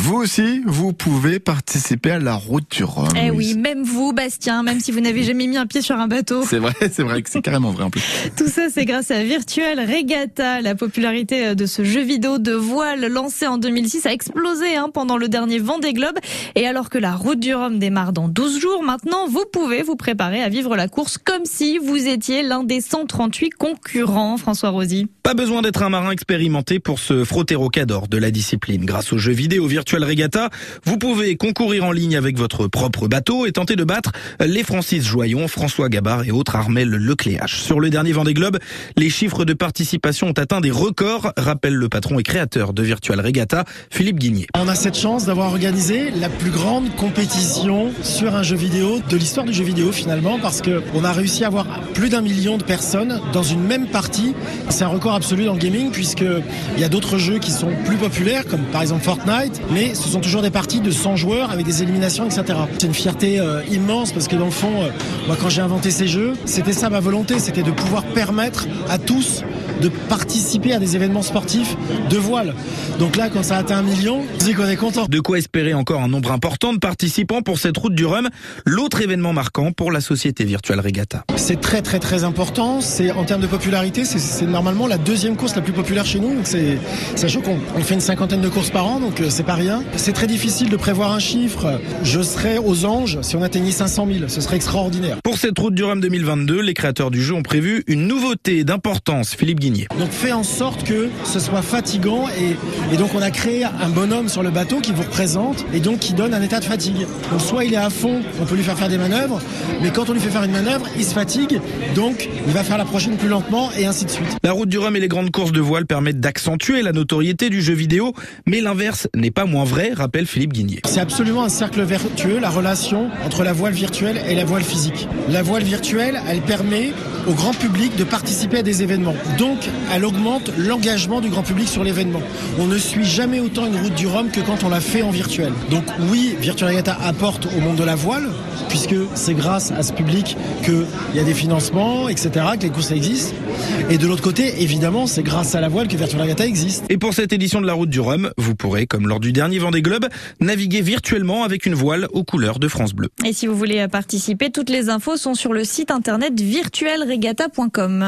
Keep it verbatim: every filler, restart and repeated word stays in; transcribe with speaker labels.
Speaker 1: Vous aussi, vous pouvez participer à la route du Rhum.
Speaker 2: Eh oui, même vous, Bastien, même si vous n'avez jamais mis un pied sur un bateau.
Speaker 1: C'est vrai, c'est vrai que c'est carrément vrai en plus.
Speaker 2: Tout ça, c'est grâce à Virtual Regatta. La popularité de ce jeu vidéo de voile lancé en deux mille six a explosé hein, pendant le dernier Vendée Globe. Et alors que la route du Rhum démarre dans douze jours, maintenant, vous pouvez vous préparer à vivre la course comme si vous étiez l'un des cent trente-huit concurrents, François Rosy.
Speaker 3: Pas besoin d'être un marin expérimenté pour se frotter au cador de la discipline. Grâce au jeu vidéo Virtual Regatta, vous pouvez concourir en ligne avec votre propre bateau et tenter de battre les Francis Joyon, François Gabard et autres Armel Lecléache. Sur le dernier Vendée Globe, les chiffres de participation ont atteint des records, rappelle le patron et créateur de Virtual Regatta, Philippe Guigné.
Speaker 4: On a cette chance d'avoir organisé la plus grande compétition sur un jeu vidéo de l'histoire du jeu vidéo finalement, parce que on a réussi à avoir plus d'un million de personnes dans une même partie. C'est un record absolu dans le gaming, puisque il y a d'autres jeux qui sont plus populaires, comme par exemple Fortnite, mais ce sont toujours des parties de cent joueurs avec des éliminations, et cetera. C'est une fierté euh, immense, parce que dans le fond, euh, moi quand j'ai inventé ces jeux, c'était ça ma volonté, c'était de pouvoir permettre à tous de participer à des événements sportifs de voile. Donc là, quand ça a atteint un million, je dis qu'on est content.
Speaker 3: De quoi espérer encore un nombre important de participants pour cette route du Rhum, l'autre événement marquant pour la société Virtual Regatta.
Speaker 4: C'est très très très important, c'est en termes de popularité, c'est, c'est normalement la deuxième course la plus populaire chez nous, donc c'est, sachant qu'on on fait une cinquantaine de courses par an, donc c'est pas rien. C'est très difficile de prévoir un chiffre, je serais aux anges si on atteignait cinq cent mille, ce serait extraordinaire.
Speaker 3: Pour cette route du Rhum deux mille vingt-deux, les créateurs du jeu ont prévu une nouveauté d'importance, Philippe Guigné.
Speaker 4: Donc fait en sorte que ce soit fatigant et, et donc on a créé un bonhomme sur le bateau qui vous représente et donc qui donne un état de fatigue. Donc soit il est à fond, on peut lui faire faire des manœuvres, mais quand on lui fait faire une manœuvre, il se fatigue, donc il va faire la prochaine plus lentement et ainsi de suite.
Speaker 3: La route du Rhum et les grandes courses de voile permettent d'accentuer la notoriété du jeu vidéo, mais l'inverse n'est pas moins vrai, rappelle Philippe Guigné.
Speaker 4: C'est absolument un cercle vertueux, la relation entre la voile virtuelle et la voile physique. La voile virtuelle, elle permet au grand public de participer à des événements. Donc, elle augmente l'engagement du grand public sur l'événement. On ne suit jamais autant une route du Rhum que quand on l'a fait en virtuel. Donc oui, Virtual Regatta apporte au monde de la voile, puisque c'est grâce à ce public qu'il y a des financements, et cetera, que les courses existent. Et de l'autre côté, évidemment, c'est grâce à la voile que Virtual Regatta existe.
Speaker 3: Et pour cette édition de la route du Rhum, vous pourrez, comme lors du dernier Vendée Globe, naviguer virtuellement avec une voile aux couleurs de France Bleu.
Speaker 2: Et si vous voulez participer, toutes les infos sont sur le site internet virtual regatta point com.